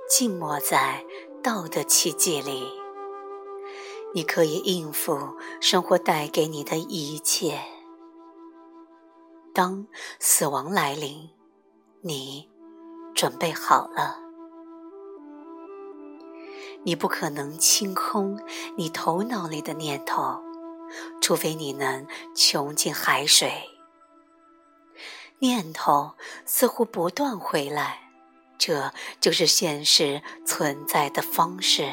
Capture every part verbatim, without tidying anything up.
浸没在道德奇迹里。你可以应付生活带给你的一切。当死亡来临，你准备好了。你不可能清空你头脑里的念头，除非你能穷尽海水。念头似乎不断回来，这就是现实存在的方式。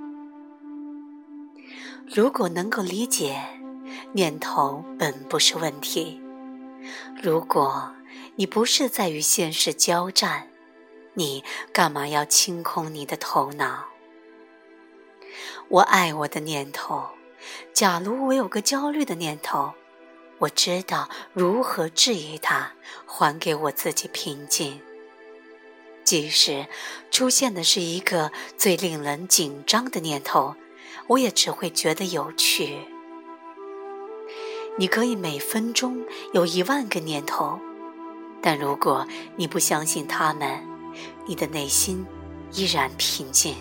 如果能够理解，念头本不是问题。如果你不是在与现实交战，你干嘛要清空你的头脑？我爱我的念头，假如我有个焦虑的念头，我知道如何质疑它，还给我自己平静。即使出现的是一个最令人紧张的念头，我也只会觉得有趣。你可以每分钟有一万个念头，但如果你不相信它们，你的内心依然平静。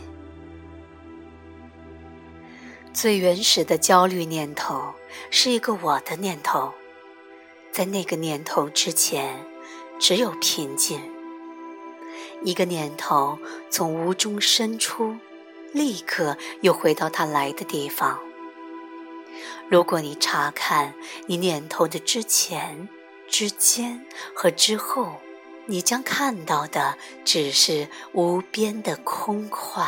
最原始的焦虑念头是一个我的念头，在那个念头之前，只有平静。一个念头从无中生出，立刻又回到它来的地方。如果你查看你念头的之前、之间和之后，你将看到的只是无边的空旷。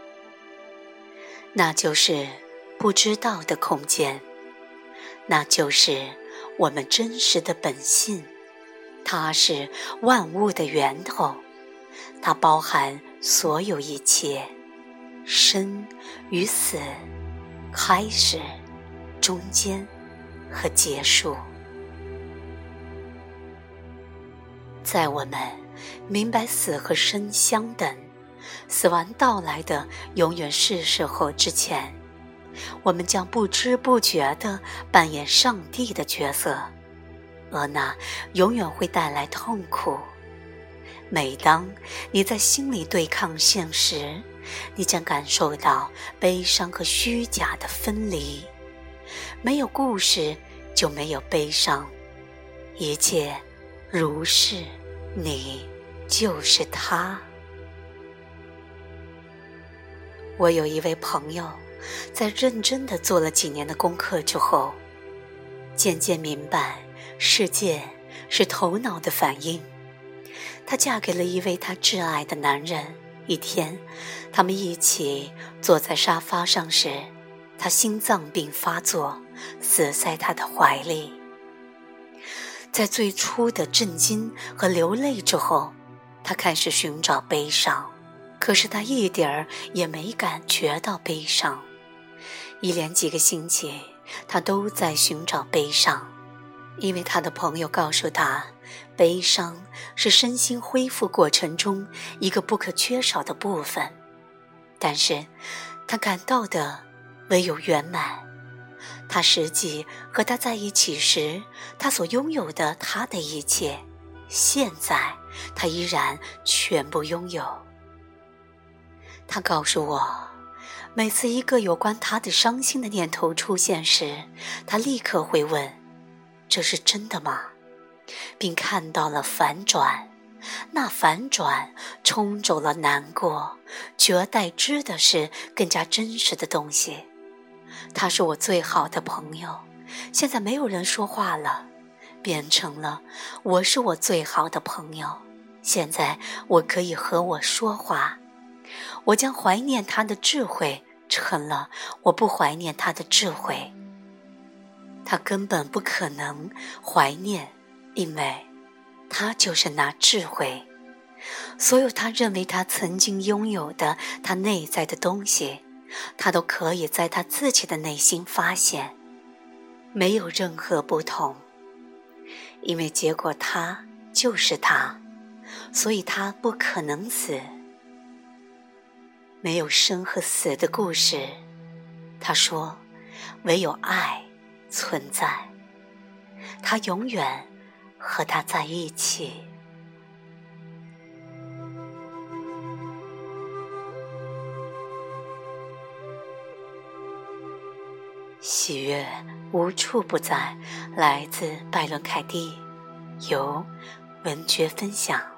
那就是不知道的空间，那就是我们真实的本性。它是万物的源头，它包含所有一切，生与死，开始、中间和结束。在我们明白死和生相等，死亡到来的永远是时候之前，我们将不知不觉地扮演上帝的角色，而那永远会带来痛苦。每当你在心里对抗现实，你将感受到悲伤和虚假的分离。没有故事就没有悲伤，一切如是，你就是他。我有一位朋友，在认真地做了几年的功课之后，渐渐明白世界是头脑的反应。她嫁给了一位她挚爱的男人，一天他们一起坐在沙发上时，他心脏病发作，死在他的怀里。在最初的震惊和流泪之后，他开始寻找悲伤，可是他一点儿也没感觉到悲伤。一连几个星期，他都在寻找悲伤，因为他的朋友告诉他，悲伤是身心恢复过程中一个不可缺少的部分。但是他感到的唯有圆满。他实际和他在一起时，他所拥有的他的一切，现在他依然全部拥有。他告诉我，每次一个有关他的伤心的念头出现时，他立刻会问，这是真的吗？并看到了反转，那反转冲走了难过，取而代之的是更加真实的东西。他是我最好的朋友，现在没有人说话了，变成了我是我最好的朋友，现在我可以和我说话。我将怀念他的智慧成了我不怀念他的智慧。他根本不可能怀念，因为他就是那智慧。所有他认为他曾经拥有的他内在的东西，他都可以在他自己的内心发现，没有任何不同。因为结果他就是他，所以他不可能死。没有生和死的故事，他说，唯有爱存在，他永远和他在一起。 喜悦无处不在，来自拜伦凯蒂，由文觉分享。